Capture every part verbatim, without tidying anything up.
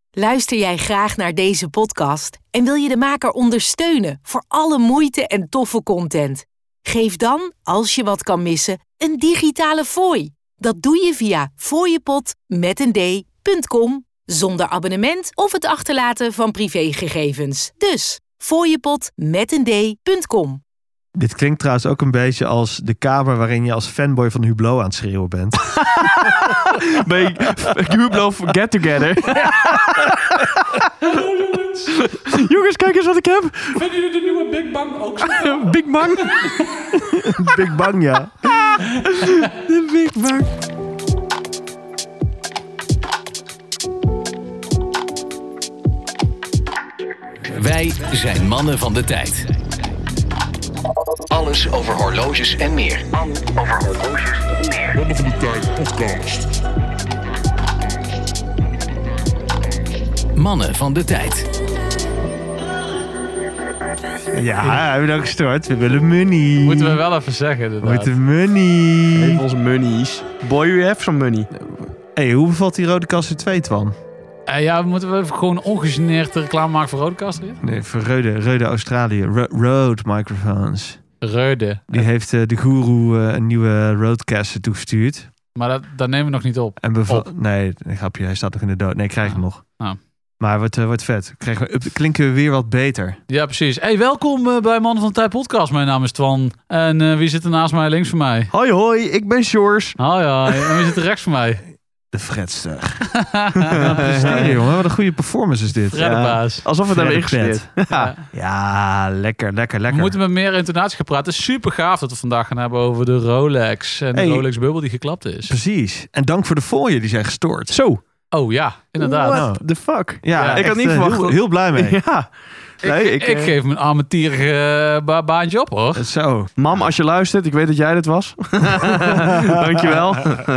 Luister jij graag naar deze podcast en wil je de maker ondersteunen voor alle moeite en toffe content? Geef dan, als je wat kan missen, een digitale fooi. Dat doe je via fooiepot met een d punt com zonder abonnement of het achterlaten van privégegevens. Dus fooiepot met een d punt com. Dit klinkt trouwens ook een beetje als de kamer waarin je als fanboy van Hublot aan het schreeuwen bent. Bij Hublot Get Together. Hallo jongens. Jongens, kijk eens wat ik heb. Vinden jullie de nieuwe Big Bang ook zo? Big Bang. Big Bang, ja. De Big Bang. Wij zijn mannen van de tijd. Alles over horloges en meer. Alles over horloges en meer. Mannen van de Tijd podcast. Mannen van de tijd. Ja, hebben we ook gestoord. We willen money. Moeten we wel even zeggen, inderdaad. We moeten money. Even onze monies. Boy, you have some money. Hey, hoe bevalt die rode kast in twee, Twan? Uh, ja, moeten we even gewoon ongegeneerd reclame maken voor Rodecaster? Nee, voor Rode, Rode Australië. Ro- Rode Microphones. Rode. Die heeft uh, de guru uh, een nieuwe Rodecaster toegestuurd. Maar dat, dat nemen we nog niet op. En beva- op. Nee, een grapje. Hij staat nog in de dood. Nee, krijg ik Ah. nog. Ah. Maar wordt, uh, wordt vet. Krijgen we, up, klinken we weer wat beter. Ja, precies. Hey, welkom uh, bij Mannen van de Tijd podcast. Mijn naam is Twan. En uh, wie zit er naast mij links van mij? Hoi hoi, ik ben Sjors. Hoi, hoi. En wie zit er rechts van mij? De Fredster. Ja, presteren, jongen. Wat een goede performance is dit. Freddebaas. Alsof we het hebben Fredde ingestudeerd. Ja. Ja, lekker, lekker, We lekker. moeten met meer intonatie gaan praten. Het is super gaaf dat we vandaag gaan hebben over de Rolex. En de Hey. Rolex bubbel die geklapt is. Precies. En dank voor de fooien, die zijn gestoord. Zo. Oh ja, inderdaad. What the fuck? Ja, Ja, ik had echt, niet uh, verwacht. Heel, heel blij mee. Ja. Nee, ik, ik, ik eh, geef mijn armetierige uh, ba- baantje op, hoor. Zo. Mam, als je luistert, ik weet dat jij dit was. Dankjewel.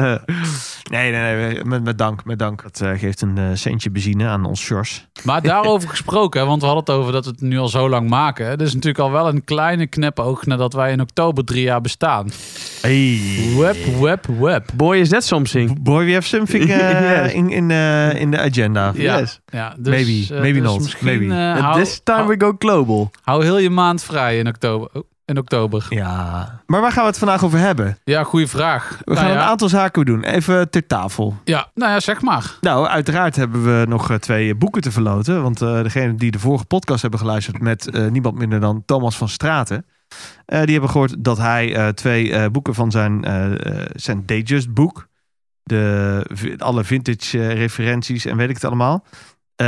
Nee, nee, nee. Met, met dank, met dank. Dat uh, geeft een uh, centje benzine aan ons Sjors. Maar daarover gesproken, hè, want we hadden het over dat we het nu al zo lang maken. Het is natuurlijk al wel een kleine knipoog nadat wij in oktober drie jaar bestaan. Hey. Web, web, web. Boy, is that something? Boy, we have something uh, Yes. in, in, uh, in de agenda. Ja, Yes. ja, dus, Maybe, uh, maybe dus not, misschien, maybe. uh, And hou, this time hou, we go global. hou heel je maand vrij in oktober. Oh, in oktober. Ja. Maar waar gaan we het vandaag over hebben? Ja, goede vraag. We Nou gaan ja, een aantal zaken doen. Even ter tafel. Ja, nou ja, zeg maar. Nou, uiteraard hebben we nog uh, twee boeken te verloten. Want uh, degene die de vorige podcast hebben geluisterd met uh, niemand minder dan Thomas van Straten. Uh, die hebben gehoord dat hij uh, twee uh, boeken van zijn, uh, uh, zijn Datejust boek. De, alle vintage uh, referenties en weet ik het allemaal. Uh,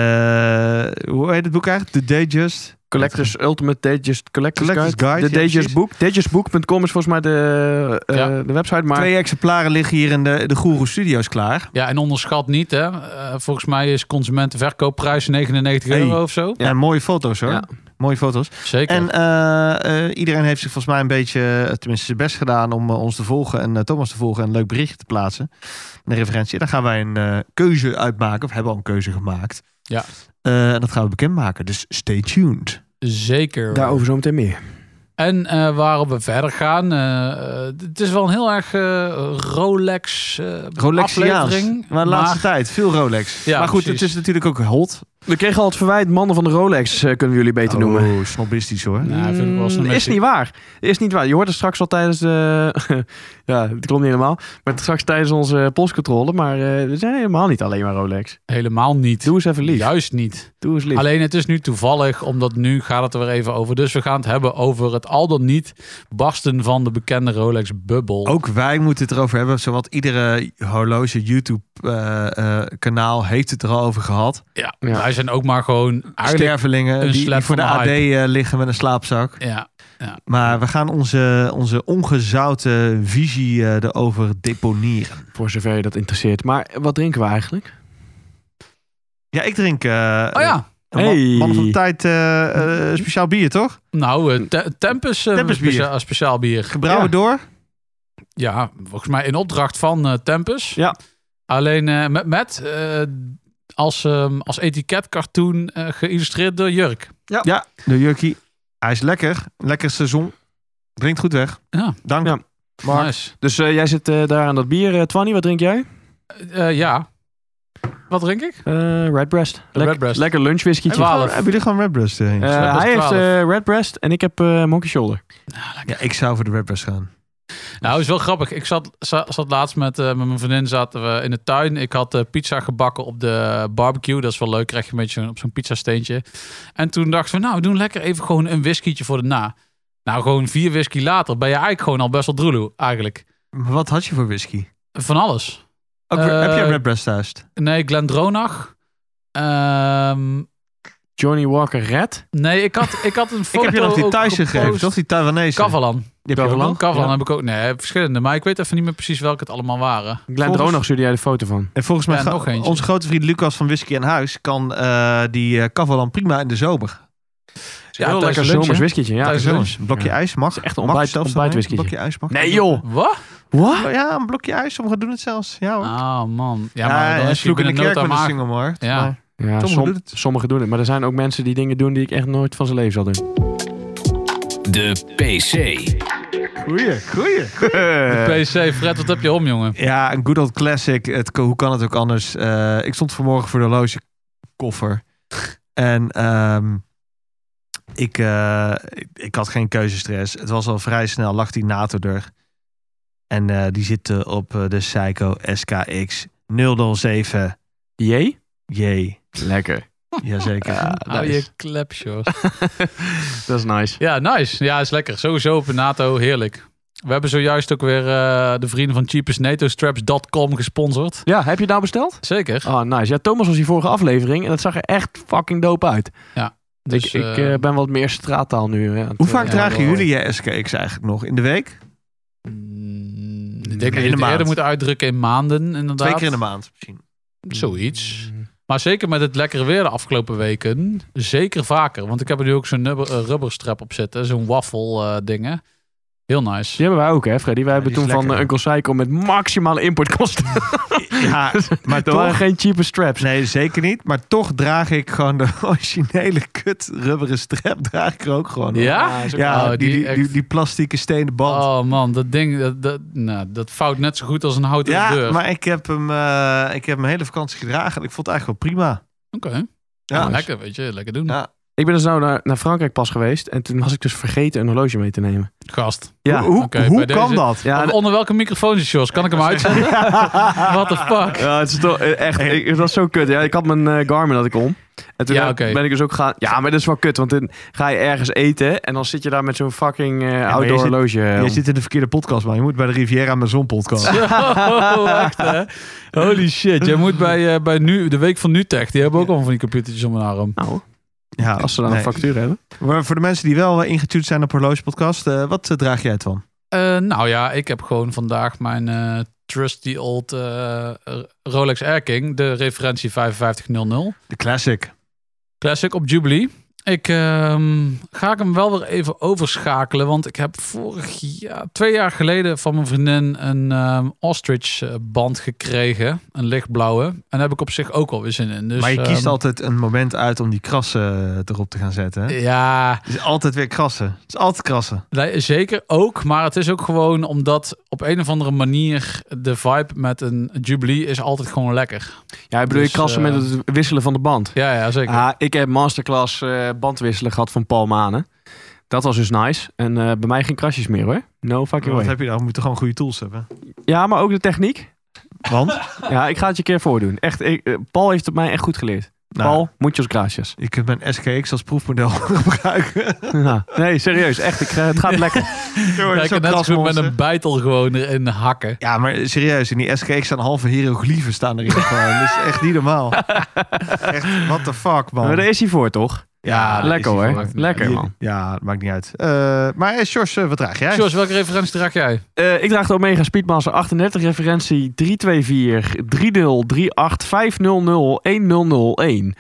hoe heet het boek eigenlijk? De Datejust. Collectors Ultimate Datejust Collectors, Collectors Guide. Guide, De ja, Datejust precies. Book. Datejust book punt com is volgens mij de, uh, Ja. de website. Maar Twee exemplaren liggen hier in de, de Guru Studios klaar. Ja, en onderschat niet, hè. Uh, volgens mij is consumentenverkoopprijs negenennegentig Hey. euro of zo. Ja. En mooie foto's hoor. Ja. Mooie foto's. Zeker. En uh, uh, iedereen heeft zich volgens mij een beetje, uh, tenminste zijn best gedaan om uh, ons te volgen en uh, Thomas te volgen en een leuk berichtje te plaatsen. Een referentie. En dan gaan wij een uh, keuze uitmaken, of hebben al een keuze gemaakt. Ja. Uh, en dat gaan we bekendmaken. Dus stay tuned. Zeker. daarover zo meteen meer. En uh, waarop we verder gaan. Uh, het is wel een heel erg uh, Rolex uh, Rolexiaans. aflevering. Maar de laatste tijd veel Rolex. Ja, maar goed, precies. het is natuurlijk ook hot. We kregen al het verwijt, mannen van de Rolex uh, kunnen we jullie beter noemen. Oh, snobistisch hoor. Nou, vind ik wel eens een Mm, is beetje- niet waar. Is niet waar. Je hoort het straks al tijdens de... ja, dat klopt niet helemaal. Maar straks tijdens onze postcontrole. Maar uh, we zijn helemaal niet alleen maar Rolex. Helemaal niet. Doe eens even lief. Juist niet. Doe eens lief. Alleen het is nu toevallig, omdat nu gaat het er weer even over. Dus we gaan het hebben over het al dan niet barsten van de bekende Rolex bubbel. Ook wij moeten het erover hebben. Zowat iedere horloge YouTube uh, uh, kanaal heeft het er al over gehad. Ja, Ja. wij zijn ook maar gewoon eigenlijk... Stervelingen een die, slap die voor de van de A D uh, liggen met een slaapzak. Ja, ja. Maar we gaan onze, onze ongezouten visie uh, erover deponeren. Voor zover je dat interesseert. Maar wat drinken we eigenlijk? Ja, ik drink uh, Oh ja, een man, Hey. man van de tijd uh, uh, speciaal bier, toch? nou, uh, te- Tempus, uh, Tempus bier. speciaal, speciaal bier. Gebrouwen Ja. door? Ja, volgens mij in opdracht van uh, Tempus. Ja. Alleen uh, met, met uh, als, um, als etiketcartoon uh, geïllustreerd door Jurk. Ja, de Jurkie. Hij is lekker. Lekker seizoen. Drinkt goed weg. Ja, Dank. Ja. Mark. nice. Dus uh, jij zit uh, daar aan dat bier. Uh, Twanny, wat drink jij? Uh, ja. Wat wat drink ik? Uh, Redbreast. Lek- Redbreast. Lekker lunchwhiskietje. twaalf. Hebben jullie gewoon Redbreast? Uh, Uh, hij heeft uh, Redbreast en ik heb uh, Monkey Shoulder. ja, ik zou voor de Redbreast gaan. Nou, het is wel grappig. Ik zat, zat, zat laatst met, uh, met mijn vriendin zaten we in de tuin. Ik had uh, pizza gebakken op de barbecue. Dat is wel leuk. Krijg je een beetje op zo'n pizzasteentje. En toen dachten we, nou, we doen lekker even gewoon een whiskietje voor de na. Nou, gewoon vier whisky later ben je eigenlijk gewoon al best wel droeloe, eigenlijk. Maar wat had je voor whisky? Van alles. Ook, Uh, heb je Redbreast thuis? Nee, Glendronach. Ehm... Johnny Walker Red. Nee, ik had, ik had een foto. Ik heb je nog die ook Thaise gepost. gegeven, toch? Die Taiwanese. Kavalan. Die heb je ook Kavalan? nog? Kavalan Ja. heb ik ook. Nee, verschillende. Maar ik weet even niet meer precies welke het allemaal waren. Glendronach stuurde jij de foto van. En volgens mij Ja, ga- nog eentje. onze grote vriend Lucas van Whisky aan Huis kan uh, die uh, Kavalan prima in de zomer. Ja, heel tijdens lekker lunch, zomers hè? whiskytje. Ja, Tijdens zomers. Jongens, een blokje Ja. ijs mag. echt een Mag ontbijt- zelfs ontbijtwhiskietje. Een blokje ijs mag. Nee joh. Wat? Wat? Ja, een blokje ijs. Sommigen doen het zelfs. Ja hoor. Ah, man. Ja, Ja, maar dan en is je sloeg in de binnen kerk no met time een aan- single markt. Ja. Maar Ja, Sommigen som- doen het. sommigen doen het. Maar er zijn ook mensen die dingen doen die ik echt nooit van zijn leven zal doen. De P C. goeie, goeie. P C, Fred, wat heb je om, jongen? Ja, een good old classic. Het, hoe kan het ook anders? Uh, ik stond vanmorgen voor de horlogekoffer. en um, ik, uh, ik, ik had geen keuzestress. Het was al vrij snel, lag die NATO er. En uh, die zit op uh, de Seiko S K X nul nul zeven Jee? J. Lekker. Jazeker. Ja, Hou nice. je klepshows. Dat is nice. Ja, nice. Ja, is lekker. Sowieso op een NATO, heerlijk. We hebben zojuist ook weer uh, de vrienden van cheapest nato straps dot com gesponsord. Ja, heb je het nou besteld? Zeker. Oh, nice. Ja, Thomas was die vorige aflevering en dat zag er echt fucking dope uit. Dus, ik ik uh, uh, ben wat meer straattaal nu. Ja, Hoe vaak ja, dragen wel. jullie je S K X eigenlijk nog? In de week? mm, ik denk In dat de je het maand. eerder moet uitdrukken in maanden, inderdaad. Twee keer in de maand misschien. Zoiets. Maar zeker met het lekkere weer de afgelopen weken. Zeker vaker. Want ik heb er nu ook zo'n nubber, uh, rubberstrap op zitten. Zo'n waffle uh, dingen. Heel nice. Die hebben wij ook, hè, Freddy? Wij Ja, hebben die toen is van lekker. uh, Uncle Psycho met maximale importkosten. Ja, maar Er waren toch... geen cheaper straps. Nee, zeker niet. Maar toch draag ik gewoon de originele kut rubberen strap. Draag ik er ook gewoon op. Ja? is ook- Ja, Oh, die, die die, echt- die, die plastieke stenen band. Oh man, dat ding, dat, dat, nou, dat vouwt net zo goed als een houten ja, deur. maar ik heb, hem, uh, ik heb hem hele vakantie gedragen. En ik vond het eigenlijk wel prima. Oké. Ja, Ja, lekker, weet je. Lekker doen. Ja. Ik ben dus nou naar, naar Frankrijk pas geweest en toen was ik dus vergeten een horloge mee te nemen. Gast. Ja, hoe hoe, oké, hoe bij kan deze- dat? ja, Of onder welke microfoon is Jos? Kan ik hem uitzetten? What the fuck? ja het is toch eh, echt, ik, het was zo kut. Ja, ik had mijn uh, Garmin dat ik om. En toen Ja, heb- oké. ben ik dus ook gaan. Ja, maar dat is wel kut, want dan ga je ergens eten en dan zit je daar met zo'n fucking uh, je outdoor zit- horloge. Je om. zit in de verkeerde podcast, man. Je moet bij de Riviera Maison podcast. Oh, echt hè? Holy shit. Jij moet bij, uh, bij nu, de week van Nutech. Die hebben ook al van die computertjes om hun arm. Nou, Ja, als ze dan nee. een factuur hebben. Maar voor de mensen die wel uh, ingetuned zijn op Horloge Podcast, uh, wat uh, draag jij het van? Uh, nou ja, ik heb gewoon vandaag mijn uh, trusty old uh, Rolex Air King. De referentie vijfenvijftig nul nul. De classic. Classic op Jubilee. Ik um, ga ik hem wel weer even overschakelen. Want ik heb vorig jaar, twee jaar geleden van mijn vriendin een um, ostrich band gekregen. Een lichtblauwe. En daar heb ik op zich ook wel weer zin in. Dus, maar je kiest um, altijd een moment uit om die krassen erop te gaan zetten. Hè? Ja, Het is altijd weer krassen. Het is altijd krassen. nee, zeker ook. Maar het is ook gewoon omdat op een of andere manier de vibe met een Jubilee is altijd gewoon lekker. Ja, ik bedoel Dus, je krassen uh, met het wisselen van de band. Ja, ja, zeker. Ah, ik heb masterclass uh, bandwisselen gehad van Paul Manen. Dat was dus nice. En uh, bij mij geen krasjes meer hoor. No fucking Wat way. heb je dan? We moeten gewoon goede tools hebben. Ja, maar ook de techniek. Want? Ja, ik ga het je een keer voordoen. Echt, ik, uh, Paul heeft het mij echt goed geleerd. Nou, Paul, muchos gracias. je kunt mijn S K X als proefmodel gebruiken. Ja. Nee, serieus. Echt, ik, uh, het gaat lekker. Ja, ik kan net zo goed met een bijtel gewoon erin hakken. Ja, maar serieus, in die S K X staan halve hieroglyphen staan erin gewoon. Dat is echt niet normaal. Echt, what the fuck, man. Maar daar is hij voor, toch? Ja, daar lekker is hij hoor. voor. Lekker, Hier- man. Ja, dat maakt niet uit. Uh, maar hey, Sjors, uh, wat draag jij? Jos, welke referentie draag jij? Uh, ik draag de Omega Speedmaster achtendertig, referentie drie twee vier drie nul drie acht vijf nul nul een nul nul een.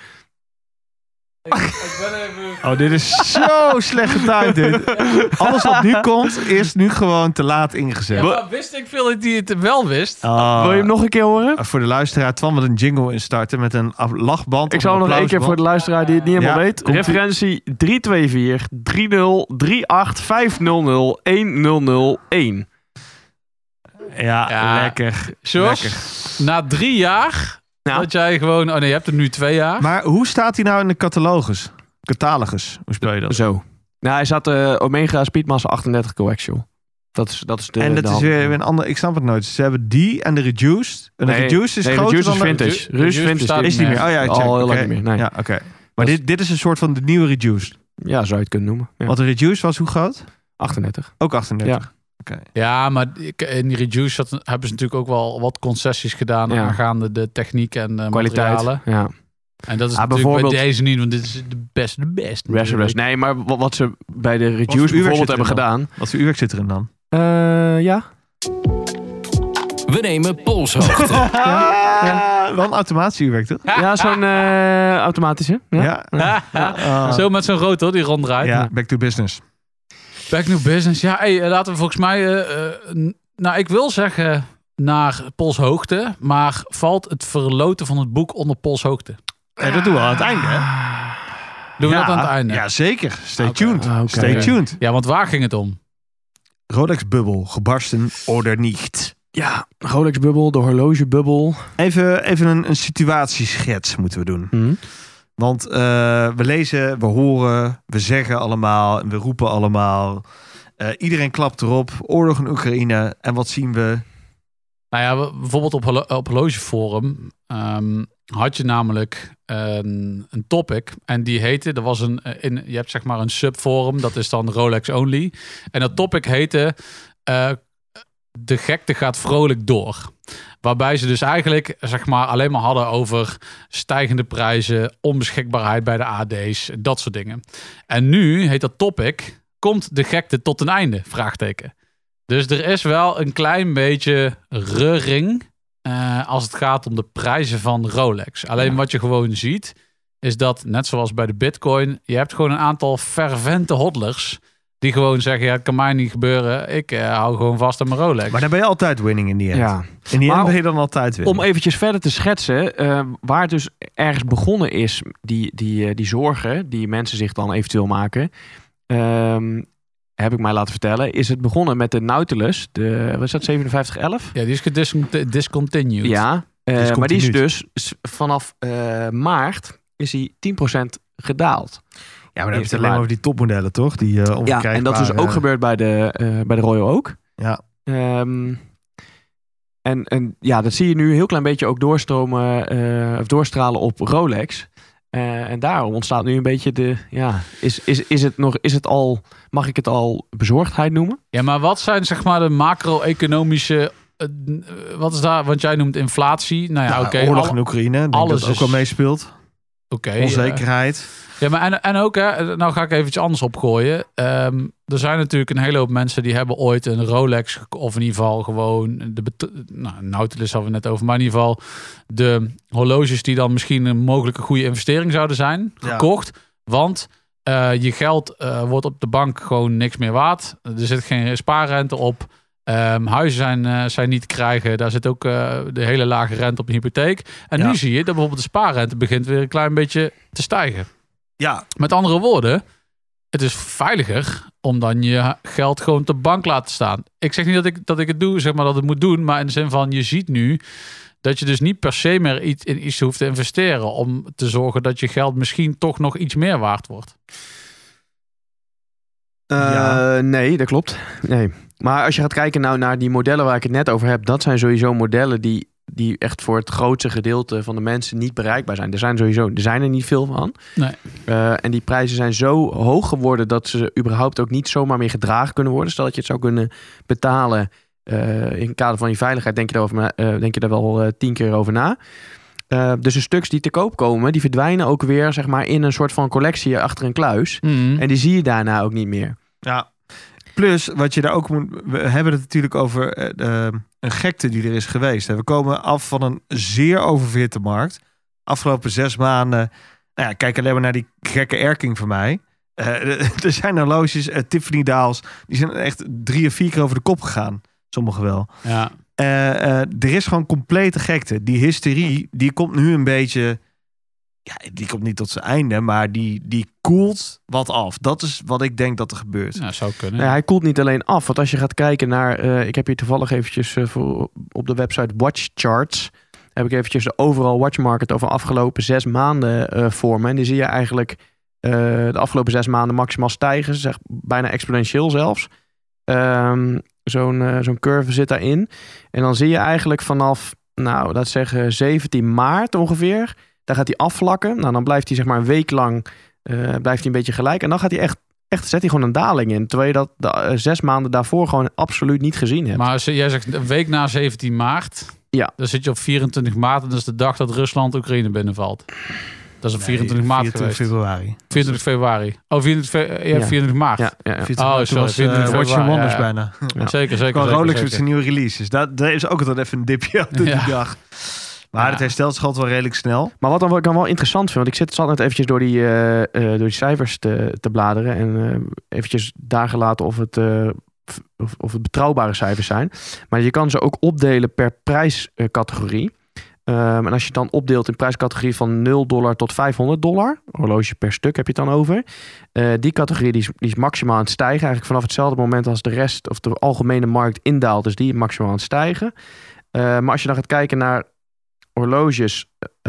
Ik, ik ben even... Oh, dit is zo slecht getimed, dit. Alles wat nu komt, is nu gewoon te laat ingezet. Ja, maar wist ik veel dat hij het wel wist? Ah. Wil je hem nog een keer horen? Uh, voor de luisteraar, Twan met een jingle instarten met een af- lachband. Ik of zal een hem nog één keer voor de applausband. luisteraar die het niet helemaal Ja, weet. komt-ie. Referentie drie twee vier drie nul drie acht vijf nul nul een nul nul een. Ja, Ja. lekker. Jos, Lekker. na drie jaar Ja. Dat jij gewoon... Oh nee, je hebt hem nu twee jaar. Maar hoe staat hij nou in de catalogus? Catalogus, hoe speel je dat? Zo. Nou, hij zat uh, Omega Speedmassa achtendertig coaxial. Dat is, dat is de... En dat de is hand- weer een ander... Ik snap het nooit. Ze hebben die en de Reduced. En de Nee, Reduced is nee, groter Reduced dan is de... vintage. Reduced Reduced vintage bestaat Is die meer? Oh ja, ik check. al heel lang Oké. niet meer. Nee. Ja, oké. Maar Dat dit, dit is een soort van de nieuwe Reduced. Ja, zou je het kunnen noemen. Ja. Want de Reduced was hoe groot? achtendertig. Ook achtendertig. Ja, maar ik- in die Reduce zat- hebben ze natuurlijk ook wel wat concessies gedaan Ja. aangaande de techniek en uh, Kwaliteit. materialen. Ja. En dat is Ah, natuurlijk bijvoorbeeld- bij deze niet, want dit is de beste, de beste. Rest, rest. natuurlijk. Nee, maar wat, wat ze bij de voor Reduce uurwerk bijvoorbeeld zit hebben erin dan? gedaan. Wat voor uurwerk zit erin dan? Uh, ja. We nemen polshoogte. Ah, wel een automatie-uurwerk, toch? Ja, zo'n uh, automatische. Ja. Ja. Ah. Zo met zo'n rotor die ronddraait. Ja, back to business. Back to business. Ja, hey, eh, laten we volgens mij... eh, eh, n- nou, ik wil zeggen naar polshoogte, maar valt het verloten van het boek onder polshoogte? Ja, dat doen we aan het einde, hè? Doen we ja, dat aan het einde? Ja, zeker. Stay Oké. tuned. Ah, oké. Stay tuned. Ja, want waar ging het om? Rolex-bubbel, gebarsten oder niet. Ja, Rolex-bubbel, de horlogebubbel. Even, even een, een situatieschets moeten we doen. Hm. Want uh, we lezen, we horen, we zeggen allemaal en we roepen allemaal. Uh, iedereen klapt erop. Oorlog in Oekraïne. En wat zien we? Nou ja, we- bijvoorbeeld op, horlo- op Horlogeforum ehm, had je namelijk een, een topic. En die heette, er was een, eh, in, je hebt zeg maar een subforum, dat is dan Rolex Only. En dat topic heette, eh, de gekte gaat vrolijk door. Waarbij ze dus eigenlijk zeg maar alleen maar hadden over stijgende prijzen, onbeschikbaarheid bij de A D's, dat soort dingen. En nu heet dat topic, komt de gekte tot een einde? Vraagteken. Dus er is wel een klein beetje reuring uh, als het gaat om de prijzen van Rolex. Alleen Ja. wat je gewoon ziet, is dat net zoals bij de Bitcoin, je hebt gewoon een aantal fervente hodlers die gewoon zeggen, ja, het kan mij niet gebeuren. Ik uh, hou gewoon vast aan mijn Rolex. Maar dan ben je altijd winning in die end. Ja. In die Maar end ben je dan altijd winning. Om eventjes verder te schetsen, uh, waar het dus ergens begonnen is, die, die, uh, die zorgen die mensen zich dan eventueel maken, um, heb ik mij laten vertellen, is het begonnen met de Nautilus, de, wat is dat, zevenenvijftig elf? Ja, die is gediscont- discontinued. Ja, uh, Discontinued. maar die is dus s- vanaf uh, maart is die tien procent gedaald. ja, maar dan heb je Heeft het alleen maar over die topmodellen, toch? Die uh, Ja, onverkrijgbare... en dat is dus ook gebeurd bij de, uh, bij de Royal Oak. Ja. Um, en, en ja, dat zie je nu een heel klein beetje ook doorstromen, uh, of doorstralen op Rolex. Uh, en daarom ontstaat nu een beetje de, ja, is, is, is het nog, is het al, mag ik het al bezorgdheid noemen? Ja, maar wat zijn zeg maar de macro-economische, uh, wat is daar, want jij noemt inflatie. Nou ja, Ja, oké. oorlog alle- in Oekraïne, denk alles dat het ook is- wel meespeelt. Oké. uh, Onzekerheid. Ja, maar en, en ook, hè, nou ga ik even iets anders opgooien. Um, er zijn natuurlijk een hele hoop mensen die hebben ooit een Rolex, gek- of in ieder geval gewoon de bet- nou, Nautilus hadden we net over, maar in ieder geval de horloges die dan misschien een mogelijke goede investering zouden zijn, Ja. gekocht. Want uh, je geld uh, wordt op de bank gewoon niks meer waard. Er zit geen spaarrente op. Um, huizen zijn, uh, zijn niet te krijgen. Daar zit ook uh, de hele lage rente op een hypotheek. En Ja. nu zie je dat bijvoorbeeld de spaarrente begint weer een klein beetje te stijgen. Ja, Met andere woorden, het is veiliger om dan je geld gewoon op de bank laten staan. Ik zeg niet dat ik, dat ik het doe, zeg maar dat het moet doen. Maar in de zin van, je ziet nu dat je dus niet per se meer iets, in iets hoeft te investeren om te zorgen dat je geld misschien toch nog iets meer waard wordt. Uh, Ja. Nee, dat klopt. Nee. Maar als je gaat kijken nou naar die modellen waar ik het net over heb, dat zijn sowieso modellen die, die echt voor het grootste gedeelte van de mensen niet bereikbaar zijn. Er zijn sowieso, er zijn er niet veel van. Nee. Uh, en die prijzen zijn zo hoog geworden dat ze überhaupt ook niet zomaar meer gedragen kunnen worden. Stel dat je het zou kunnen betalen uh, in het kader van je veiligheid, denk je, daarover, uh, denk je daar wel uh, tien keer over na. Uh, dus de stuks die te koop komen, die verdwijnen ook weer zeg maar in een soort van collectie achter een kluis. Mm. En die zie je daarna ook niet meer. ja. Plus, wat je daar ook moet... We hebben het natuurlijk over uh, een gekte die er is geweest. We komen af van een zeer oververhitte markt. Afgelopen zes maanden... Nou ja, kijk alleen maar naar die gekke erking van mij. Uh, er zijn horloges, uh, Tiffany Daals... die zijn echt drie of vier keer over de kop gegaan. Sommige wel. Ja. Uh, uh, er is gewoon complete gekte. Die hysterie, die komt nu een beetje... Ja, die komt niet tot zijn einde, maar die, die koelt wat af. Dat is wat ik denk dat er gebeurt. Ja, zou kunnen. Ja, hij koelt niet alleen af. Want als je gaat kijken naar... Uh, ik heb hier toevallig eventjes uh, voor, op de website Watch Charts... heb ik eventjes de overall watch market over de afgelopen zes maanden uh, voor me. En die zie je eigenlijk uh, de afgelopen zes maanden maximaal stijgen. Zeg, bijna exponentieel zelfs. Um, zo'n, uh, zo'n curve zit daarin. En dan zie je eigenlijk vanaf, nou, laat zeggen zeventien maart ongeveer. Daar gaat hij afvlakken. Nou, dan blijft hij zeg maar een week lang uh, blijft hij een beetje gelijk. En dan gaat hij echt, echt zet hij gewoon een daling in. Terwijl je dat de, uh, zes maanden daarvoor gewoon absoluut niet gezien hebt. Maar als jij zegt een week na zeventien maart... Ja. Dan zit je op vierentwintig maart. En dat is de dag dat Rusland Oekraïne binnenvalt. Dat is op vierentwintig maart vierentwintig geweest. februari. vierentwintig februari. Oh, vierentwintig, fe- ja, Ja. vierentwintig maart. Ja, ja, ja. vierentwintig Oh, maart, toen sorry, was vierentwintig uh, Watch Your februari, Wonders ja, ja. bijna. Ja. Zeker, zeker. Gewoon zeker, Rolex zeker. met zijn nieuwe releases. Daar, daar is ook altijd even een dipje op die Ja. dag. Maar Ja. het herstelt zich altijd wel redelijk snel. Maar wat dan wel, ik dan wel interessant vind, want ik zit zat net eventjes door die, uh, uh, door die cijfers te, te bladeren en uh, eventjes daar gelaten of het, uh, of, of het betrouwbare cijfers zijn. Maar je kan ze ook opdelen per prijscategorie. Um, en als je het dan opdeelt in prijscategorie van nul dollar tot vijfhonderd dollar, horloge per stuk heb je het dan over. Uh, die categorie die is, die is maximaal aan het stijgen. Eigenlijk vanaf hetzelfde moment als de rest of de algemene markt indaalt, dus die maximaal aan het stijgen. Uh, maar als je dan gaat kijken naar horloges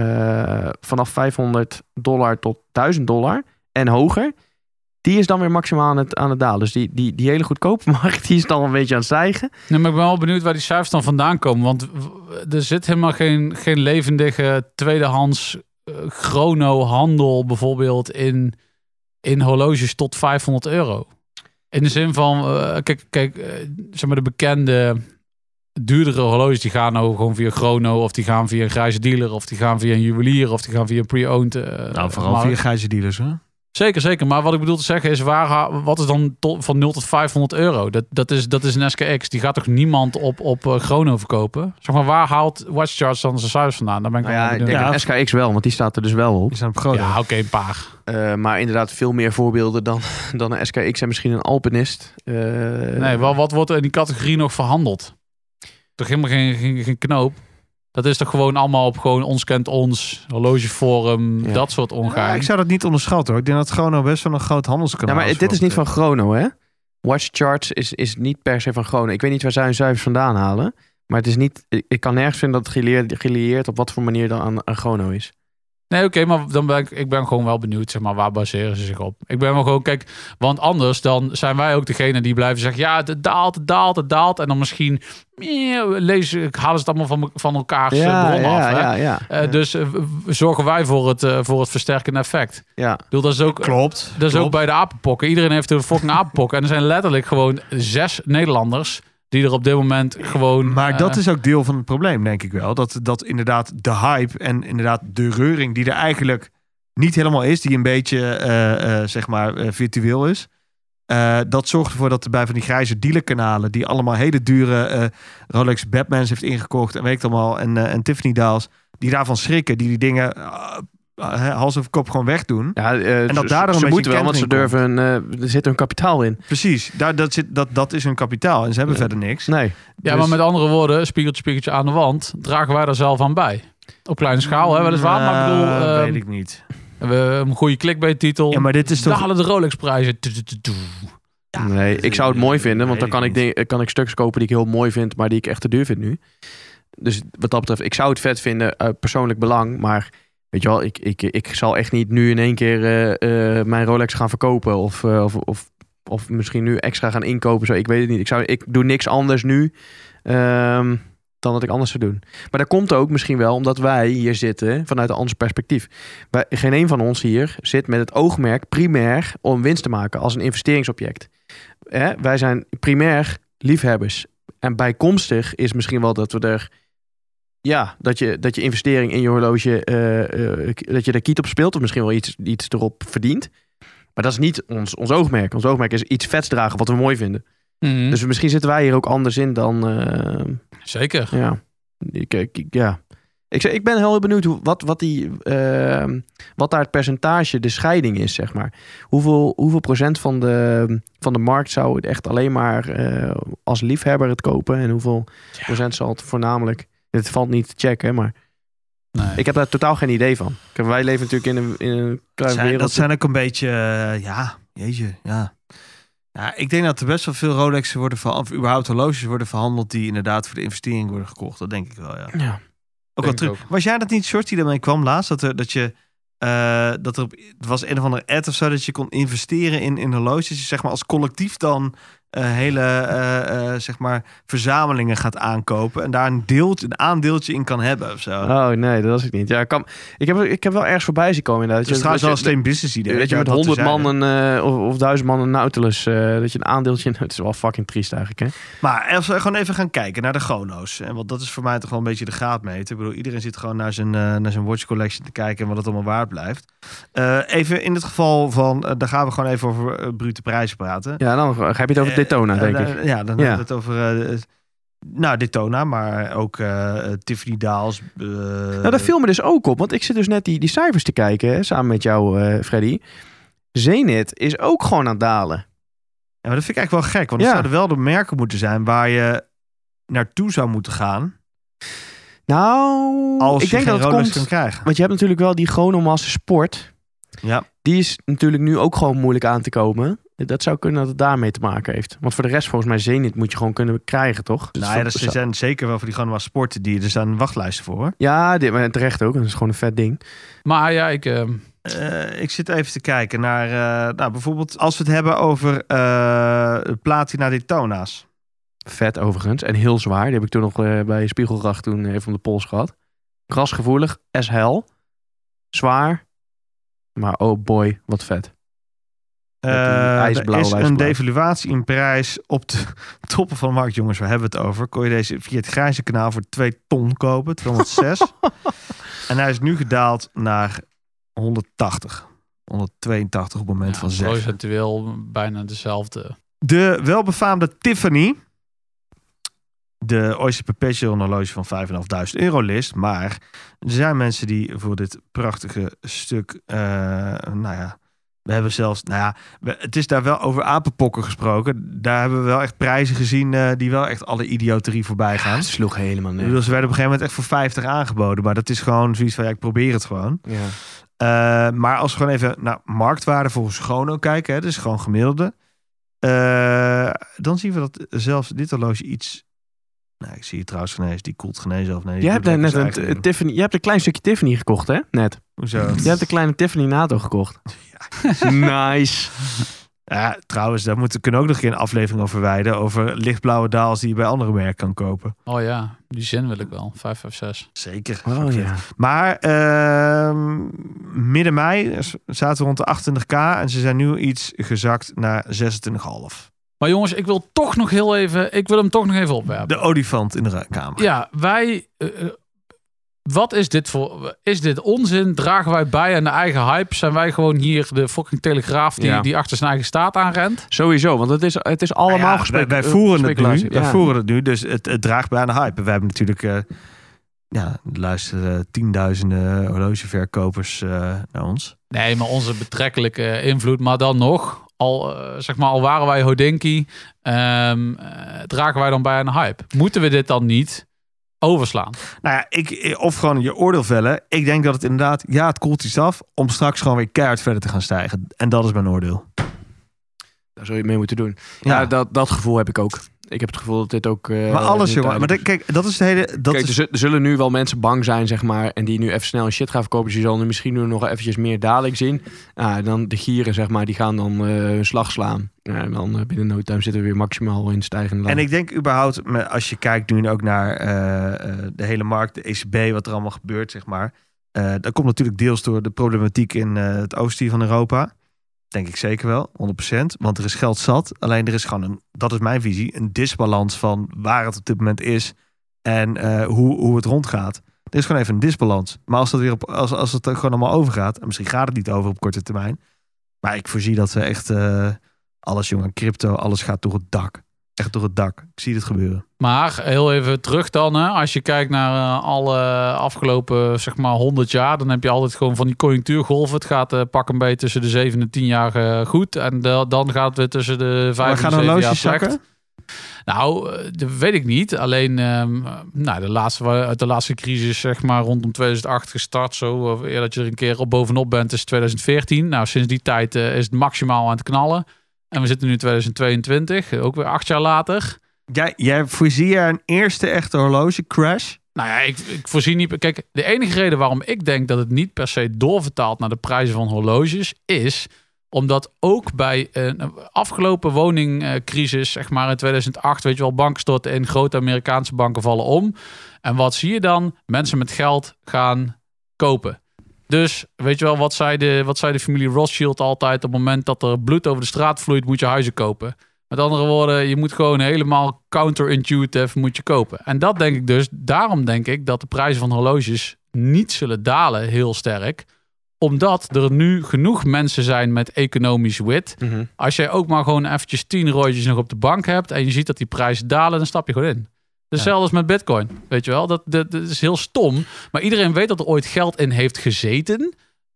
uh, vanaf vijfhonderd dollar tot duizend dollar en hoger, die is dan weer maximaal aan het, aan het dalen. Dus die, die, die hele goedkope markt, die is dan een beetje aan het stijgen. Nee, maar ik ben wel benieuwd waar die cijfers dan vandaan komen. Want er zit helemaal geen, geen levendige tweedehands uh, chrono-handel bijvoorbeeld in, in horloges tot vijfhonderd euro. In de zin van, uh, kijk, kijk uh, zeg maar de bekende duurdere horloges, die gaan nou gewoon via chrono, of die gaan via een grijze dealer, of die gaan via een juwelier, of die gaan via een pre-owned. Uh, Nou, vooral markt. via grijze dealers, hè? Zeker, zeker. Maar wat ik bedoel te zeggen is, waar, wat is dan tot, van nul tot vijfhonderd euro? Dat, dat, is, dat is een S K X. Die gaat toch niemand op, op uh, chrono verkopen? Zeg maar, waar haalt Watchcharts dan zijn cijfers vandaan? Daar ben ik Nou wel ja, ik benieuwd. denk Ja. een S K X wel, want die staat er dus wel op. Die zijn op groot. Ja, oké, een paar. Uh, maar inderdaad veel meer voorbeelden dan, dan een S K X en misschien een Alpinist. Uh, Nee, wel, wat wordt er in die categorie nog verhandeld? Toch helemaal geen, geen, geen knoop? Dat is toch gewoon allemaal op gewoon ons kent ons, horlogeforum, Ja. dat soort Ja, ongein. ik zou dat niet onderschatten, hoor. Ik denk dat het gewoon nou best wel een groot handelskanaal Ja, maar is. dit is voor- niet van Chrono, hè? Watch Charts is, is niet per se van Chrono. Ik weet niet waar zij hun cijfers vandaan halen. Maar het is niet, ik, ik kan nergens vinden dat het gelieerd, gelieerd op wat voor manier dan aan, aan Chrono is. Nee, oké, maar dan ben ik, ik ben gewoon wel benieuwd, zeg maar, waar baseren ze zich op? Ik ben wel gewoon, kijk, want anders dan zijn wij ook degene die blijven zeggen, ja, het daalt, het daalt, het daalt. En dan misschien eh, lezen, halen ze het allemaal van, van elkaars ja, bron ja, af. Hè? ja, ja, Uh, ja. Dus uh, zorgen wij voor het, uh, voor het versterkende effect. ja. Ik bedoel, dat is ook, Klopt. dat is klopt. ook bij de apenpokken. Iedereen heeft een fucking apenpokken. En er zijn letterlijk gewoon zes Nederlanders die er op dit moment gewoon... Maar uh, dat is ook deel van het probleem, denk ik wel. Dat, dat inderdaad de hype en inderdaad de reuring die er eigenlijk niet helemaal is, die een beetje, uh, uh, zeg maar, uh, virtueel is. Uh, dat zorgt ervoor dat er bij van die grijze dealerkanalen, die allemaal hele dure uh, Rolex Batmans heeft ingekocht en weet ik het allemaal, en, uh, en Tiffany Daals, die daarvan schrikken, die die dingen uh, uh, hals over kop gewoon wegdoen. Ja, uh, En dat ze, daardoor een ze beetje moeten wel, want ze kentering durven, uh, er zit hun kapitaal in. Precies, daar, dat, zit, dat, dat is hun kapitaal en ze hebben Ja. verder niks. Nee. Ja, Dus- maar met andere woorden, spiegeltje, spiegeltje aan de wand, dragen wij daar zelf aan bij. Op kleine schaal, hè, weliswaar. Maar ik bedoel, Uh, uh, weet ik niet. we hebben een goede clickbait-titel. Ja, maar dit is toch... Dalen de Rolex-prijzen. Tu, tu, tu, tu. nee, ik zou het mooi vinden, want dan Weet kan ik ik, ding, kan ik stuks kopen die ik heel mooi vind, maar die ik echt te duur vind nu. Dus wat dat betreft, ik zou het vet vinden, uh, persoonlijk belang, maar weet je wel, ik, ik, ik zal echt niet nu in één keer uh, uh, mijn Rolex gaan verkopen of, uh, of, of, of misschien nu extra gaan inkopen. Zo, ik weet het niet. Ik, zou, ik doe niks anders nu um, dan dat ik anders zou doen. Maar dat komt ook misschien wel omdat wij hier zitten vanuit een ander perspectief. Wij, geen een van ons hier zit met het oogmerk primair om winst te maken als een investeringsobject. Hè? Wij zijn primair liefhebbers. En bijkomstig is misschien wel dat we er... Ja, dat je, dat je investering in je horloge... Uh, uh, dat je er kiet op speelt of misschien wel iets, iets erop verdient. Maar dat is niet ons, ons oogmerk. Ons oogmerk is iets vets dragen wat we mooi vinden. Mm, Dus misschien zitten wij hier ook anders in dan... Uh, Zeker. ja. Ik, ik, ik- ja. Ik, zeg, ik ben heel benieuwd hoe, wat, wat, die, uh, wat daar het percentage, de scheiding is, zeg maar. Hoeveel, hoeveel procent van de, van de markt zou het echt alleen maar uh, als liefhebber het kopen? En hoeveel Ja. procent zal het voornamelijk... Het valt niet te checken, maar Nee. ik heb daar totaal geen idee van. Kijk, wij leven natuurlijk in een, in een Dat kleine zijn, wereld. dat zijn ook een beetje, uh, ja, jeetje, ja. Ja, ik denk dat er best wel veel Rolexen worden verhandeld, of überhaupt horloges worden verhandeld die inderdaad voor de investering worden gekocht. Dat denk ik wel, ja. Ja. Ook wel terug. ook. Was jij dat niet, Short, die ermee kwam laatst? Dat, er, dat je... Uh, dat er op, het was een of andere ad of zo... dat je kon investeren in, in horloges. Dus je zeg maar als collectief dan... Uh, hele uh, uh, zeg maar verzamelingen gaat aankopen... en daar een, deeltje, een aandeeltje in kan hebben of zo. Oh nee, dat was ik niet. Ja, ik, kan, ik, heb, ik heb wel ergens voorbij zien komen. Inderdaad. Dat is trouwens wel een steen business idee. Dat je met honderd man een, uh, of, of duizend man een Nautilus... Uh, dat je een aandeeltje... Het is wel fucking triest eigenlijk, hè? Maar als we gewoon even gaan kijken naar de chrono's... en want dat is voor mij toch wel een beetje de graadmeter. Ik bedoel, iedereen zit gewoon naar zijn, uh, naar zijn watch collection te kijken... en wat het allemaal waard blijft. Uh, even in het geval van... Uh, daar gaan we gewoon even over uh, brute prijzen praten. Ja, dan heb je het over Daytona, uh, denk uh, ik. Ja, dan ja. hebben we het over... Uh, nou, Daytona, maar ook uh, Tiffany Dahls. Uh, nou, daar viel me dus ook op. Want ik zit dus net die, die cijfers te kijken, hè, samen met jou, uh, Freddy. Zenith is ook gewoon aan het dalen. Ja, maar dat vind ik eigenlijk wel gek. Want ja. er zouden wel de merken moeten zijn waar je naartoe zou moeten gaan. Nou, als ik je denk geen dat het komt, kan krijgen. Want je hebt natuurlijk wel die Chronomaster Sport. Ja. Die is natuurlijk nu ook gewoon moeilijk aan te komen. Dat zou kunnen dat het daarmee te maken heeft. Want voor de rest, volgens mij, Zenith moet je gewoon kunnen krijgen, toch? Dus nou ja, er zijn zeker wel voor die gewoon sporten die er staan wachtlijsten voor. Hoor. Ja, dit, maar terecht ook. Dat is gewoon een vet ding. Maar ja, ik... Uh... Uh, ik zit even te kijken naar... Uh, nou, bijvoorbeeld als we het hebben over uh, Platina Daytona's. Vet overigens. En heel zwaar. Die heb ik toen nog uh, bij Spiegelgracht toen even om de pols gehad. Krasgevoelig. As hell. Zwaar. Maar oh boy, wat vet. Uh, er is een devaluatie in prijs op de toppen van de markt. Jongens, waar hebben we het over? Kon je deze via het grijze kanaal voor twee ton kopen. tweehonderdzes. En hij is nu gedaald naar honderdtachtig. honderdtweeëntachtig op het moment ja, van zes. Procentueel bijna dezelfde. De welbefaamde Tiffany. De Oyster Perpetual horloge van vijfduizend vijfhonderd euro list. Maar er zijn mensen die voor dit prachtige stuk... Uh, nou ja... We hebben zelfs, nou ja, we, het is daar wel over apenpokken gesproken. Daar hebben we wel echt prijzen gezien uh, die wel echt alle idioterie voorbij gaan. Ja, het sloeg helemaal neer. Dus ze werden op een gegeven moment echt voor vijftig aangeboden. Maar dat is gewoon zoiets van, ja, ik probeer het gewoon. Ja. Uh, maar als we gewoon even naar marktwaarde volgens Chrono kijken, hè, dus gewoon gemiddelde. Uh, dan zien we dat zelfs dit horloge iets... Nou, ik zie het trouwens genezen, die koelt genezen of nee. Je hebt net een, een Tiffany, je hebt een klein stukje Tiffany gekocht, hè? Net. Hoezo? Je hebt een kleine Tiffany NATO gekocht. Ja. Nice. Ja, trouwens, daar moeten, kunnen ook nog een aflevering over wijden. Over lichtblauwe daals die je bij andere merken kan kopen. Oh ja, die zin wil ik wel. vijf vijf zes. Zeker. Oh, ja. Maar uh, midden mei zaten we rond de achtentwintig k. En ze zijn nu iets gezakt naar zesentwintig komma vijf. Maar jongens, ik wil toch nog heel even... Ik wil hem toch nog even opwerpen. De olifant in de kamer. Ja, wij... Uh, wat is dit voor... Is dit onzin? Dragen wij bij aan de eigen hype? Zijn wij gewoon hier de fucking Telegraaf die, ja. die achter zijn eigen staat aanrent? Sowieso, want het is, het is allemaal nou ja, gesprek. Wij, wij voeren het nu. Ja. Wij voeren het nu, dus het, het draagt bij aan de hype. We hebben natuurlijk... Uh, ja, luisteren tienduizenden horlogeverkopers uh, naar ons. Nee, maar onze betrekkelijke invloed. Maar dan nog... Al, uh, zeg maar, al waren wij Hodinkee, um, uh, dragen wij dan bij aan de hype. Moeten we dit dan niet overslaan? Nou ja, ik, of gewoon je oordeel vellen. Ik denk dat het inderdaad, ja, het koelt iets af om straks gewoon weer keihard verder te gaan stijgen. En dat is mijn oordeel. Daar zou je mee moeten doen. Ja, ja dat, dat gevoel heb ik ook. Ik heb het gevoel dat dit ook... Uh, maar alles, jongen. Maar de, kijk, dat is de hele... Dat kijk, is... er zullen nu wel mensen bang zijn, zeg maar, en die nu even snel shit gaan verkopen. Dus je zal nu misschien nu nog eventjes meer daling zien. Uh, dan de gieren, zeg maar, die gaan dan uh, hun slag slaan. Uh, en dan uh, binnen no time zitten we weer maximaal in stijgende lijn. En ik denk überhaupt, als je kijkt nu ook naar uh, de hele markt, de E C B, wat er allemaal gebeurt, zeg maar. Uh, dat komt natuurlijk deels door de problematiek in uh, het oosten van Europa. Denk ik zeker wel, honderd procent. Want er is geld zat. Alleen er is gewoon een, dat is mijn visie, een disbalans van waar het op dit moment is en uh, hoe, hoe het rondgaat. Er is gewoon even een disbalans. Maar als dat weer op, als, als het er gewoon allemaal overgaat, en misschien gaat het niet over op korte termijn. Maar ik voorzie dat we echt uh, alles, jongen, crypto, alles gaat door het dak. Echt door het dak. Ik zie dit gebeuren. Maar heel even terug dan. Hè. Als je kijkt naar uh, alle afgelopen zeg maar honderd jaar. Dan heb je altijd gewoon van die conjunctuurgolven. Het gaat uh, pak een beetje tussen de zeven en tien jaar uh, goed. En de, dan gaat het weer tussen de vijf en zeven jaar slecht. Nou, dat weet ik niet. Alleen um, nou, de laatste, uit de laatste crisis, zeg maar rondom tweeduizend acht gestart. Zo, eer dat je er een keer op bovenop bent, is tweeduizend veertien. Nou, sinds die tijd uh, is het maximaal aan het knallen. En we zitten nu in tweeduizend tweeëntwintig, ook weer acht jaar later. Jij, jij voorzie je een eerste echte horloge crash? Nou ja, ik, ik voorzie niet... Kijk, de enige reden waarom ik denk dat het niet per se doorvertaalt naar de prijzen van horloges is omdat ook bij een afgelopen woningcrisis, zeg maar in tweeduizend acht, weet je wel, banken storten in, grote Amerikaanse banken vallen om. En wat zie je dan? Mensen met geld gaan kopen. Dus weet je wel, wat zei de, wat zei de familie Rothschild altijd? Op het moment dat er bloed over de straat vloeit, moet je huizen kopen. Met andere woorden, je moet gewoon helemaal counterintuitive moet je kopen. En dat denk ik dus. Daarom denk ik dat de prijzen van horloges niet zullen dalen heel sterk. Omdat er nu genoeg mensen zijn met economisch wit. Mm-hmm. Als jij ook maar gewoon eventjes tien rooitjes nog op de bank hebt en je ziet dat die prijzen dalen, dan stap je gewoon in. Hetzelfde als met Bitcoin, weet je wel. Dat, dat, dat is heel stom. Maar iedereen weet dat er ooit geld in heeft gezeten.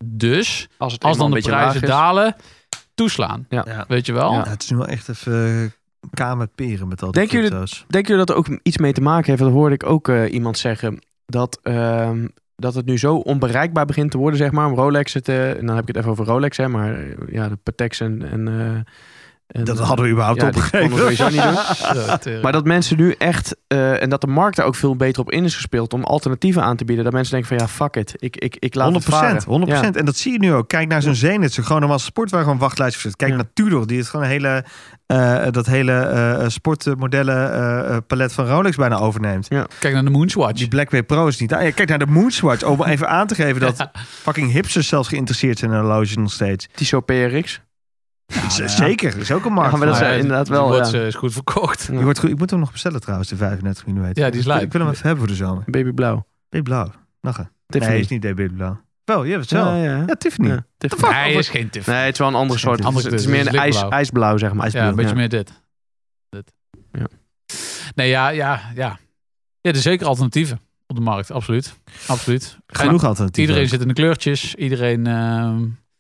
Dus als, het als dan de prijzen dalen, toeslaan. Ja. Ja. Weet je wel? Ja, het is nu wel echt even kamerperen met al die Denken jullie, denken jullie dat er ook iets mee te maken heeft? Dat hoorde ik ook uh, iemand zeggen. Dat, uh, dat het nu zo onbereikbaar begint te worden, zeg maar. Om Rolex, het, uh, en dan heb ik het even over Rolex, hè. Maar uh, ja, de Pateks en... en uh, En, dat hadden we überhaupt ja, opgegeven. Sowieso niet doen. Maar dat mensen nu echt... Uh, en dat de markt daar ook veel beter op in is gespeeld om alternatieven aan te bieden. Dat mensen denken van ja, fuck it. Ik, ik, ik laat honderd procent, het varen. honderd procent. Ja. En dat zie je nu ook. Kijk naar zo'n Zenith. Zo gewoon normaal sport waar gewoon wachtlijst voor zit. Kijk ja. naar Tudor. Die het gewoon een hele, uh, dat hele uh, sportmodellen uh, palet van Rolex bijna overneemt. Ja. Kijk naar de Moonswatch. Die Blackway Pro is niet aan. Ja, kijk naar de Moonswatch. Om even aan te geven dat ja. fucking hipsters zelfs geïnteresseerd zijn in horloges nog steeds. Tissot P R X. Ja, ja. Zeker, dat is ook een markt. Ja, maar dat is ja, inderdaad wel. Die wordt ja. is goed verkocht. Ja. Die wordt goed, ik moet hem nog bestellen trouwens, de vijfendertig millimeter. Ja, die is lijp. Ik wil hem even hebben voor de zomer. Babyblauw. Babyblauw. Nachen. Tiffany. Nee, is niet babyblauw. Wel, je hebt het wel. Ja, ja. ja Tiffany. Ja, Tiffany. Nee, is geen Tiffany. Nee, het is wel een andere soort. Andere het is meer een ijs, ijsblauw, zeg maar. Ja, een beetje ja. meer dit. dit. Ja. Nee, ja, ja, ja. Ja, er zijn zeker alternatieven op de markt. Absoluut. Absoluut. Genoeg alternatieven. Iedereen zit in de kleurtjes. Iedereen... Uh,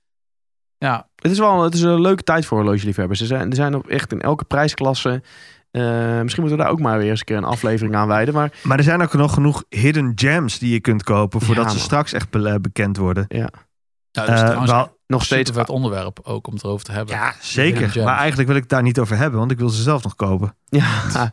ja. Het is wel het is een leuke tijd voor horlogeliefhebbers. Er zijn, er zijn op echt in elke prijsklasse. Uh, misschien moeten we daar ook maar weer eens een keer een aflevering aan wijden. Maar, maar er zijn ook nog genoeg hidden gems die je kunt kopen voordat ja, ze straks echt be- bekend worden. Ja. Ja, dus uh, wel, nog steeds het onderwerp ook om het erover te hebben. Ja, zeker. Maar eigenlijk wil ik het daar niet over hebben, want ik wil ze zelf nog kopen. Ja.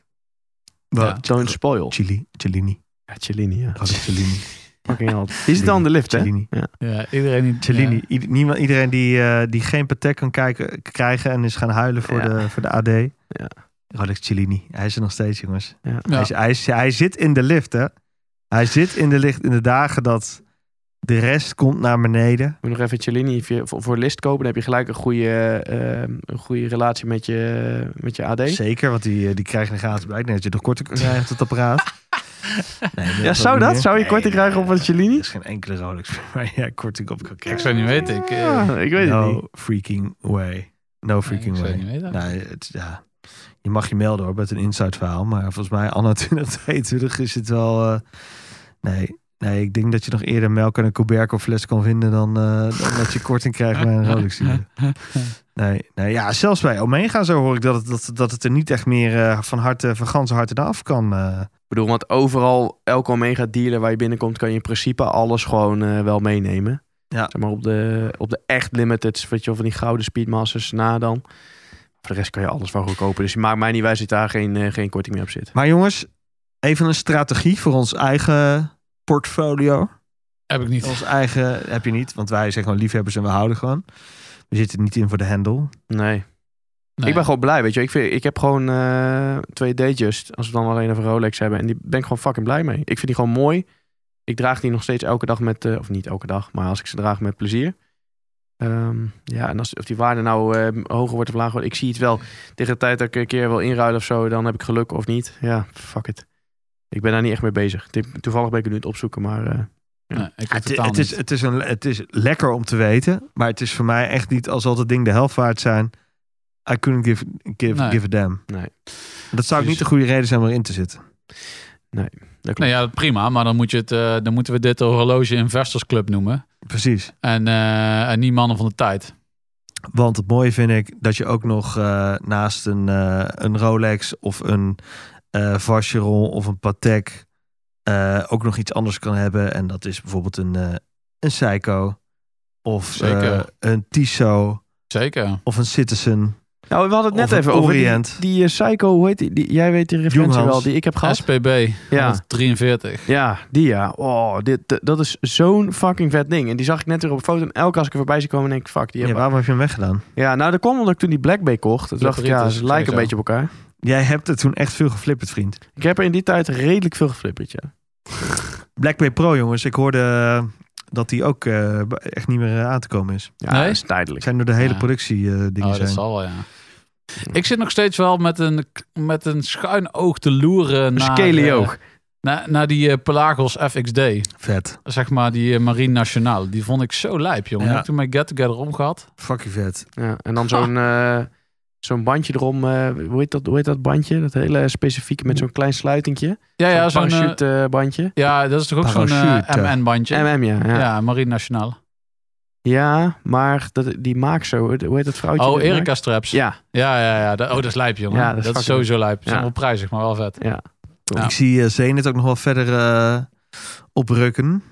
Wel, Don't spoil. Chili, Cellini. Ja, Cellini. Ja. Wat is Cellini? Die zit aan de lift, hè? Cellini. Ja. Ja, iedereen die, Cellini. Ja. I- niemand, iedereen die, uh, die geen Patek kan kijken, krijgen en is gaan huilen voor, ja. de, voor de A D. Ja. Rolex Cellini. Hij is er nog steeds, jongens. Ja. Hij, is, hij, is, hij zit in de lift, hè? Hij zit in de lift in de dagen dat de rest komt naar beneden. Moet je nog even Cellini voor, voor list kopen. Dan heb je gelijk een goede, uh, een goede relatie met je, met je A D. Zeker, want die, die krijg je gratis bij. Ik denk dat je nog korting kan krijgen op het apparaat. Nee, ja, zou dat? Zou je korting nee, krijgen op een Cellini? Er is geen enkele Rolex waar je korting op kan krijgen. Ik zou niet weten. Ik, uh, ja, ik weet no het niet. No freaking way. No freaking nee, way. Niet weten. Nee, het, ja. Je mag je melden hoor, met een inside verhaal. Maar volgens mij anno twintig tweeëntwintig is het wel... Uh, nee, nee, ik denk dat je nog eerder melk en een Coberco fles kan vinden dan, uh, dan dat je korting krijgt bij een Rolex dealer. Nee, nee, ja, zelfs bij Omega zo hoor ik dat het, dat, dat het er niet echt meer uh, van harte, van ganse harte af kan. Uh. Ik bedoel, want overal, elke Omega dealer waar je binnenkomt, kan je in principe alles gewoon uh, wel meenemen. Ja. Zeg maar op de, op de echt limited, weet je wel, van die gouden Speedmasters na dan. Voor de rest kan je alles wel goed kopen. Dus je maakt mij niet wijs dat daar geen, uh, geen korting meer op zit. Maar jongens, even een strategie voor ons eigen portfolio. Heb ik niet. Ons eigen heb je niet, want wij zijn gewoon liefhebbers en we houden gewoon. We zitten niet in voor de handle. Nee. nee. Ik ben gewoon blij, weet je. Ik, vind, ik heb gewoon uh, twee Datejust, als we dan alleen over Rolex hebben. En die ben ik gewoon fucking blij mee. Ik vind die gewoon mooi. Ik draag die nog steeds elke dag met, uh, of niet elke dag, maar als ik ze draag met plezier. Um, ja, en als of die waarde nou uh, hoger wordt of lager wordt, ik zie het wel. Tegen de tijd dat ik een keer wil inruilen of zo, dan heb ik geluk of niet. Ja, fuck it. Ik ben daar niet echt mee bezig. Toevallig ben ik het nu aan het opzoeken, maar... Uh, ja. Nee, ik het, het, is, het, is een, het is lekker om te weten, maar het is voor mij echt niet als al het ding de helft waard zijn. I couldn't give, give, nee. give a damn. Nee. Dat zou ook niet de goede reden zijn om erin te zitten. Nee, dat nee ja, prima, maar dan, moet je het, uh, dan moeten we dit de Horloge Investors Club noemen. Precies. En, uh, en niet mannen van de tijd. Want het mooie vind ik dat je ook nog uh, naast een, uh, een Rolex of een uh, Vacheron of een Patek uh, ook nog iets anders kan hebben. En dat is bijvoorbeeld een, uh, een Seiko of uh, een Tissot. Zeker. Of een Citizen. Nou, we hadden het net Of even een over die, Orient. die uh, Psycho, hoe heet die? die? Jij weet die referentie Junghans. wel, die ik heb gehad. S P B, Ja. drieënveertig. Ja, die ja. Oh, dit, d- dat is zo'n fucking vet ding. En die zag ik net weer op een foto. En elke als ik er voorbij zie komen, denk ik, fuck, die Ja, hebben... waarom heb je hem weggedaan? Ja, nou, dat kwam omdat ik toen die Black Bay kocht. Toen dacht ik, ja, Flipperitis, ze lijken een sowieso. beetje op elkaar. Jij hebt er toen echt veel geflipperd, vriend. Ik heb er in die tijd redelijk veel geflipperd, ja. Black Bay Pro, jongens. Ik hoorde uh, dat die ook uh, echt niet meer uh, aan te komen is. Ja, Nee? dat is Het tijdelijk. zijn door de hele Ja. productie uh, dingen Oh, dat zijn. zal wel, ja. Ik zit nog steeds wel met een, met een schuin oog te loeren Een naar, scalioog. eh, naar, naar die uh, Pelagos F X D. Vet. Zeg maar die uh, Marine Nationale. Die vond ik zo lijp, jongen. Ja. Heb ik toen mijn get-together omgehad. Fucking vet. Ja, en dan zo'n uh, zo'n bandje erom. Uh, hoe, heet dat, hoe heet dat bandje? Dat hele specifieke met zo'n klein sluitingje. Ja, ja, zo'n zo'n... uh, parachute uh, bandje. ja, dat is toch ook zo'n uh, Parachute. M N-bandje? M M, ja. Ja. Ja, Marine Nationale. ja maar dat, die maakt zo. Hoe heet dat vrouwtje? Oh, dat maakt? Erika Straps. Ja, Ja, ja, ja. Dat, oh, dat is lijp, jongen. Ja, dat dat is is, fucking sowieso lijp. Het is Ja. wel prijzig, maar wel vet. ja. Ja. Ik zie uh, Zenit ook nog wel verder uh, oprukken.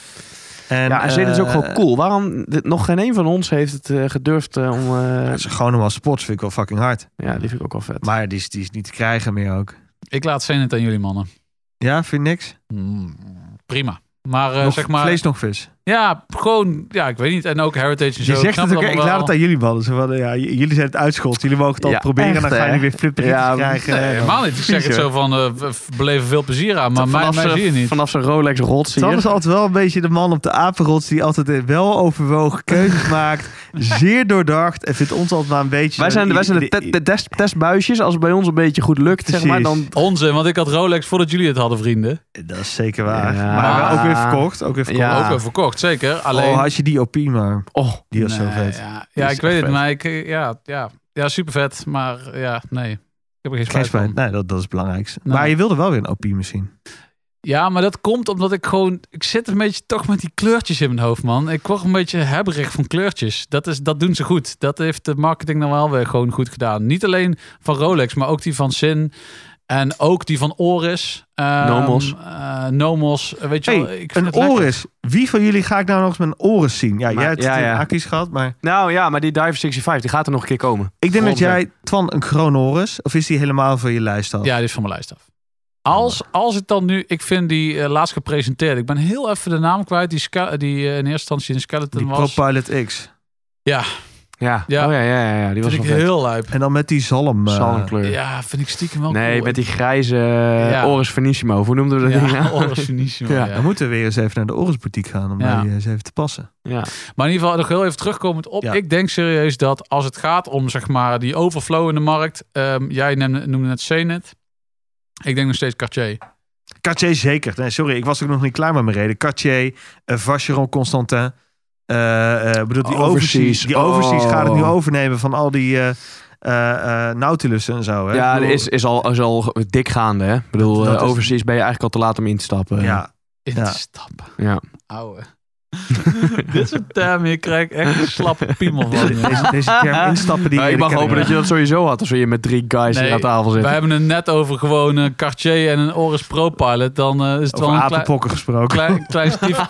En, ja, en Zenit is ook uh, gewoon cool. Waarom? Dit, nog geen een van ons heeft het uh, gedurfd uh, om... Uh, Ja, gewoon normaal sports vind ik wel fucking hard. ja, die vind ik ook wel vet. Maar die is, die is niet te krijgen meer ook. Ik laat Zenit aan jullie, mannen. Ja, vind je niks? Mm, prima. Maar uh, Nog zeg maar... vlees, nog vis. Ja, gewoon... Ja, ik weet niet. En ook Heritage en zo. Je zegt snap het ook, allemaal ik laat wel. het aan jullie mannen. Zo van, ja, j- jullie zijn het uitschot. Jullie mogen het al Ja, proberen. En dan echt, gaan hè? jullie weer flipperitis Ja, krijgen. Nee, En dan- helemaal niet. Ik zeg het zo van... Uh, we beleven veel plezier aan. Maar mij, vanaf mij z'n- zie je niet. Vanaf zijn Rolex rots Sam hier. is altijd wel een beetje de man op de apenrots die altijd wel overwogen keuzes maakt. Zeer doordacht. En vindt ons altijd maar een beetje... Wij zijn, wij zijn de, te- de test, testbuisjes. Als het bij ons een beetje goed lukt, zeg maar, dan... Onzin, want ik had Rolex voordat jullie het hadden, vrienden. Dat is zeker waar. Ja. Maar ook weer verkocht. Ook weer verkocht. Ja. Ook wel verkocht, zeker. Alleen... Oh, had je die op maar Oh, die was zo Nee, vet. Ja, Die ja is ik weet echt het, vet. maar ik, eh, ja, ja, ja, super vet. Maar ja, nee. Ik heb er geen Geen spijt spijt. van. Nee, dat, dat is het belangrijkste. Nee. Maar je wilde wel weer een O P misschien. Ja, maar dat komt omdat ik gewoon... Ik zit een beetje toch met die kleurtjes in mijn hoofd, man. Ik word een beetje hebberig van kleurtjes. Dat, is, dat doen ze goed. Dat heeft de marketing dan wel weer gewoon goed gedaan. Niet alleen van Rolex, maar ook die van Sin. En ook die van Oris. Um, Nomos. Uh, Nomos. Weet je Hey, wel, ik vind een het lekker. Oris. Wie van jullie ga ik nou nog eens met een Oris zien? Ja, Maar- jij hebt ja, de ja. Aki's gehad, maar... nou ja, maar die Diver vijfenzestig, die gaat er nog een keer komen. Ik denk dat Volgende jij, Twan, een Chrono Oris... Of is die helemaal van je lijst af? Ja, die is van mijn lijst af. Als, als ik dan nu... Ik vind die uh, laatst gepresenteerd. Ik ben heel even de naam kwijt. Die, ska- die uh, in eerste instantie een skeleton Die was. ProPilot X. Ja, Ja, Ja. Oh, ja, ja, ja, ja. Die was vind ik wel vet. heel lijp. En dan met die zalm. eh, Zalmkleur. Ja, vind ik stiekem wel Nee, cool. met die grijze Ja. Oris Finissimo. Hoe noemden we dat ding Ja, nou? Oris Finissimo. Ja. Ja. Dan moeten we weer eens even naar de Oris boutique gaan... om Ja. die eens even te passen. Ja. Maar in ieder geval nog heel even terugkomend op. Ja. Ik denk serieus dat als het gaat om zeg maar die overflow in de markt. Um, jij noemde, noemde het Zenit. Ik denk nog steeds Cartier. Cartier zeker. Nee, sorry, ik was ook nog niet klaar met mijn reden. Cartier, uh, Vacheron Constantin. Uh, uh, bedoel, die Overseas. overseas, die overseas Oh. gaat het nu overnemen van al die uh, uh, uh, Nautilus en zo. Hè? Ja, Ik er bedoel, is, is, al, is al dik gaande. Hè? Ik bedoel, Dat- dat uh, is- overseas ben je eigenlijk al te laat om in te stappen. Ja, In Ja. te stappen. Ja. Ouwe. Dit soort termen, je krijgt echt een slappe piemel van. deze, deze, deze term instappen die... Nou, ik die mag ken hopen dat je dat sowieso had. Als we hier met drie guys Nee, hier aan tafel zitten. Wij hebben het net over gewoon een Cartier en een Oris Pro Pilot. Dan uh, is het Over wel een klein, apenpokken gesproken. klein, klein, stief,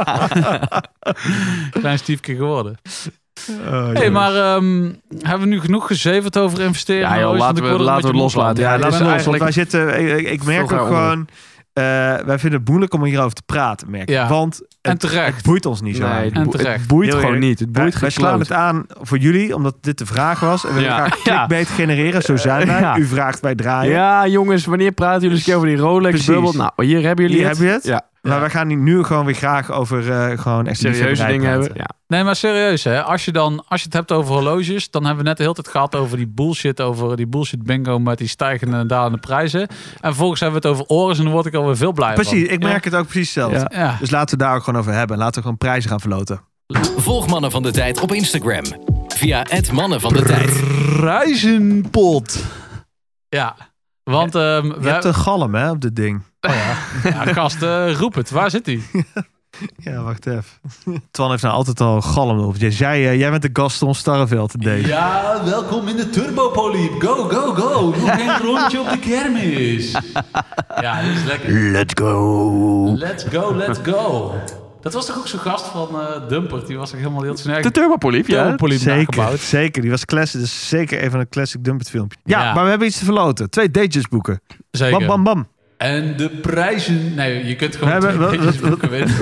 klein stiefje geworden. Oh, Hey, maar um, hebben we nu genoeg gezeverd over investeren? Ja, in joh, horloges? laten Want ik we- word er een laten we beetje het moe van. loslaten. Ja, Ja, laat dit het is los, want eigenlijk- wij zitten... Ik, ik merk Veel ook gaan gewoon... Uh, wij vinden het moeilijk om hierover te praten, merk ik. Ja. Want En het, terecht. het boeit ons niet zo. Nee, aan. het, En boe- terecht. het boeit Heel gewoon eerlijk. niet. Het Wij, boeit wij slaan gekloot. het aan voor jullie, omdat dit de vraag was. En we Ja. gaan clickbait genereren. Zo zijn wij. Ja. U vraagt, wij draaien. Ja, jongens, wanneer praten jullie eens een keer over die Rolex Precies. bubbel? Nou, hier hebben jullie Hier het. heb je het. Ja. Maar wij gaan nu gewoon weer graag over uh, gewoon echt Serieuze liefhebberij dingen praten. hebben. Ja. Nee, maar serieus, hè? Als je dan, als je het hebt over horloges, dan hebben we net de hele tijd gehad over die bullshit, over die bullshit bingo met die stijgende en dalende prijzen. En vervolgens hebben we het over Oris en dan word ik alweer veel blijer Precies, van. ik merk het ook precies hetzelfde. Ja. Ja. Dus laten we daar ook gewoon over hebben. Laten we gewoon prijzen gaan verloten. Volg Mannen van de Tijd op Instagram. Via het Mannen van de Tijd. Prijzenpot. Ja, want um, Je we hebt een galm, hè, op dit ding. ja, gast, uh, roep het. Waar zit hij? Ja, wacht even. Twan heeft nou altijd al galm op. Jij, zei, uh, jij bent de Gaston Starreveld in deze. Ja, welkom in de Turbopoliep. Go, go, go. Nog een rondje op de kermis. Ja, dit is lekker. Let's go. Let's go, let's go. Dat was toch ook zo'n gast van uh, Dumpert? Die was toch helemaal heel snel. De Turbopoliep, ja. Turbopoliep Zeker, nagebouwd. zeker. Die was classic. Dus zeker een van de classic Dumpert filmpjes. Ja, Ja. maar we hebben iets te verloten. Twee Datejust boeken. Zeker. Bam, bam, bam. En de prijzen... Nee, je kunt gewoon We hebben- twee wat- Datejust boeken winnen.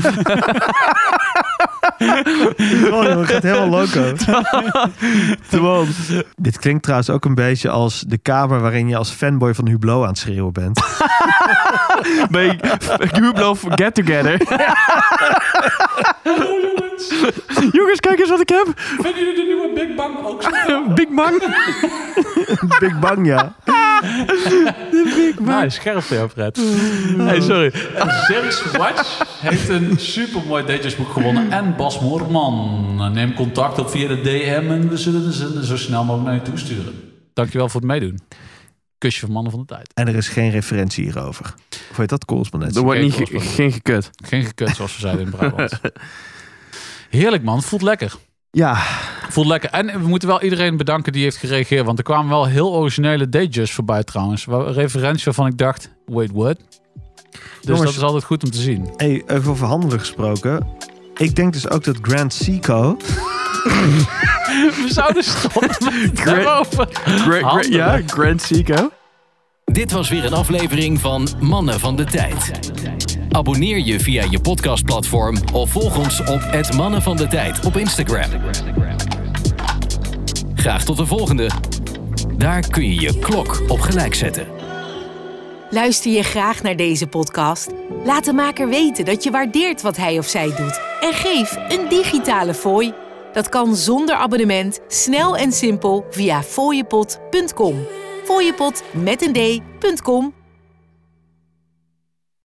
Oh, joh, het gaat helemaal loco. Gewoon. Dit klinkt trouwens ook een beetje als de kamer waarin je als fanboy van Hublot aan het schreeuwen bent. Bij Hublot Get Together. Jongens, kijk eens wat ik heb. Vinden jullie de nieuwe Big Bang ook zo? Big Bang. Big Bang, ja. Nou, scherp voor jou, Fred. Hey, sorry. En Zerks Watch heeft een supermooi Datejust boek gewonnen. En Bas Moorman. Neem contact op via de D M en we zullen ze zo snel mogelijk naar je toesturen. Dankjewel voor het meedoen. Kusje van Mannen van de Tijd. En er is geen referentie hierover. Of heet dat correspondentie? Er wordt niet Geen ge- geen gekut. Geen gekut, zoals we zeiden in Brabant. Heerlijk, man. Voelt lekker. Ja. Voelt lekker. En we moeten wel iedereen bedanken die heeft gereageerd. Want er kwamen wel heel originele Datejust voorbij trouwens. Waar referenties waarvan ik dacht, wait, what? Dus Jongens, dat is altijd goed om te zien. Hey, even over handelen gesproken. Ik denk dus ook dat Grant Seco... We zouden stoppen met het hebben over Gra- gra- handelen. ja, Grand Seco. Dit was weer een aflevering van Mannen van de Tijd. Abonneer je via je podcastplatform of volg ons op het Mannen van de Tijd op Instagram. Graag tot de volgende. Daar kun je je klok op gelijk zetten. Luister je graag naar deze podcast? Laat de maker weten dat je waardeert wat hij of zij doet. En geef een digitale fooi. Dat kan zonder abonnement, snel en simpel via fooiepot punt com. Fooiepot met een d punt com.